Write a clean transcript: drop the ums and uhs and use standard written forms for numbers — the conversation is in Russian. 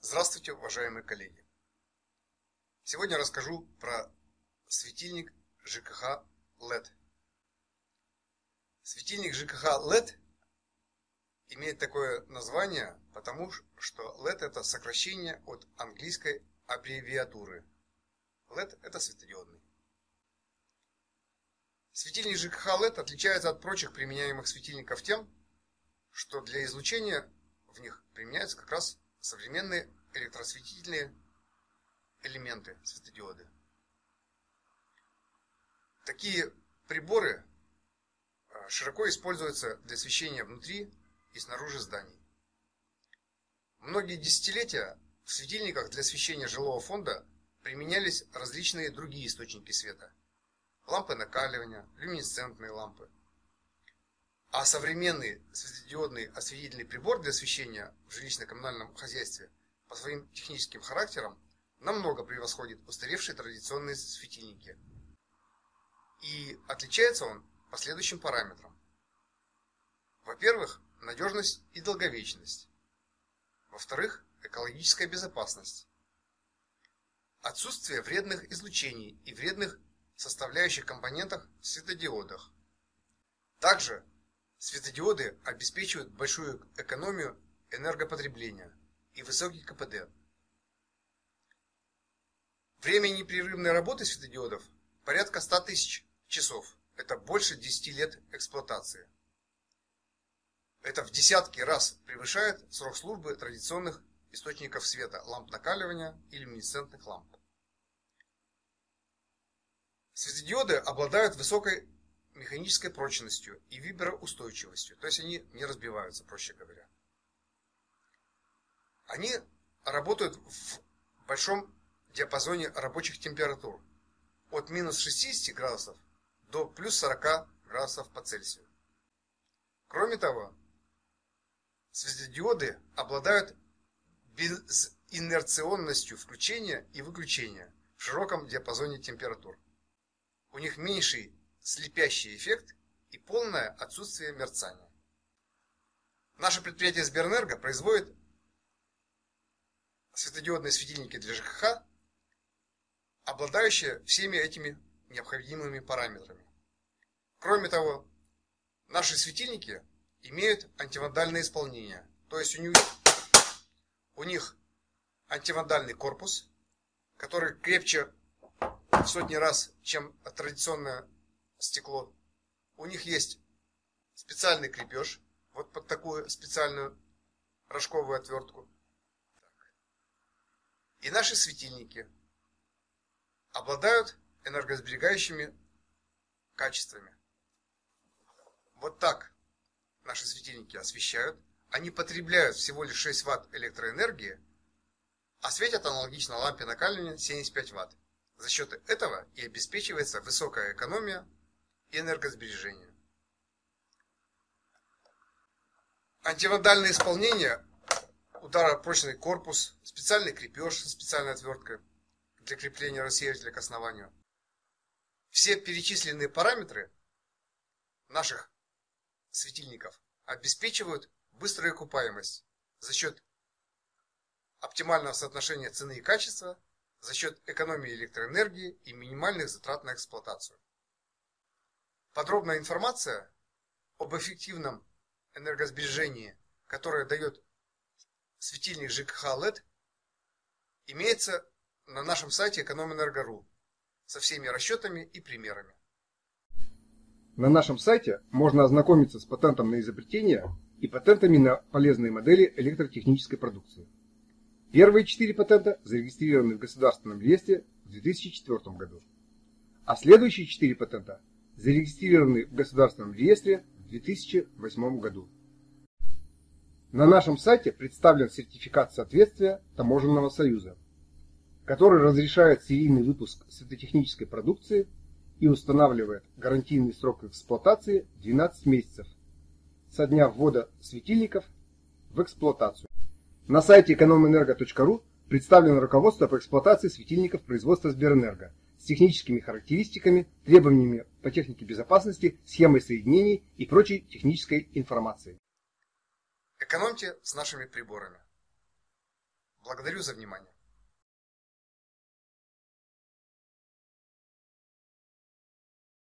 Здравствуйте, уважаемые коллеги! Сегодня расскажу про светильник ЖКХ LED. Светильник ЖКХ LED имеет такое название, потому что LED это сокращение от английской аббревиатуры. LED это светодиодный. Светильник ЖКХ LED отличается от прочих применяемых светильников тем, что для излучения в них применяются как раз современные электросветительные элементы, светодиоды. Такие приборы широко используются для освещения внутри и снаружи зданий. Многие десятилетия в светильниках для освещения жилого фонда применялись различные другие источники света. Лампы накаливания, люминесцентные лампы. А современный светодиодный осветительный прибор для освещения в жилищно-коммунальном хозяйстве по своим техническим характерам намного превосходит устаревшие традиционные светильники. И отличается он по следующим параметрам. Во-первых, надежность и долговечность. Во-вторых, экологическая безопасность. Отсутствие вредных излучений и вредных составляющих компонентов в светодиодах. Также светодиоды обеспечивают большую экономию энергопотребления и высокий КПД. Время непрерывной работы светодиодов порядка 100 тысяч часов. Это больше 10 лет эксплуатации. Это в десятки раз превышает срок службы традиционных источников света, ламп накаливания и люминесцентных ламп. Светодиоды обладают высокой механической прочностью и виброустойчивостью, то есть они не разбиваются, проще говоря. Они работают в большом диапазоне рабочих температур, от минус 60 градусов до плюс 40 градусов по Цельсию. Кроме того, светодиоды обладают безинерционностью включения и выключения в широком диапазоне температур. У них меньший слепящий эффект и полное отсутствие мерцания. Наше предприятие Сберэнерго производит светодиодные светильники для ЖКХ, обладающие всеми этими необходимыми параметрами. Кроме того, наши светильники имеют антивандальное исполнение, то есть у них антивандальный корпус, который крепче в сотни раз, чем традиционное стекло. У них есть специальный крепеж, вот под такую специальную рожковую отвертку. И наши светильники обладают энергосберегающими качествами. Вот так наши светильники освещают. Они потребляют всего лишь 6 Вт электроэнергии, а светят аналогично лампе накаливания 75 Вт. За счет этого и обеспечивается высокая экономия и энергосбережение. Антивандальное исполнение, ударопрочный корпус, специальный крепеж со специальной отверткой для крепления рассеивателя к основанию. Все перечисленные параметры наших светильников обеспечивают быструю окупаемость за счет оптимального соотношения цены и качества, за счет экономии электроэнергии и минимальных затрат на эксплуатацию. Подробная информация об эффективном энергосбережении, которое дает светильник ЖКХ LED, имеется на нашем сайте Экономэнерго.ру со всеми расчетами и примерами. На нашем сайте можно ознакомиться с патентом на изобретение и патентами на полезные модели электротехнической продукции. Первые 4 патента зарегистрированы в Государственном реестре в 2004 году, а следующие 4 патента зарегистрированы в Государственном реестре в 2008 году. На нашем сайте представлен сертификат соответствия Таможенного союза, который разрешает серийный выпуск светотехнической продукции и устанавливает гарантийный срок эксплуатации 12 месяцев со дня ввода светильников в эксплуатацию. На сайте экономэнерго.ру представлено руководство по эксплуатации светильников производства Сберэнерго с техническими характеристиками, требованиями по технике безопасности, схемой соединений и прочей технической информацией. Экономьте с нашими приборами. Благодарю за внимание.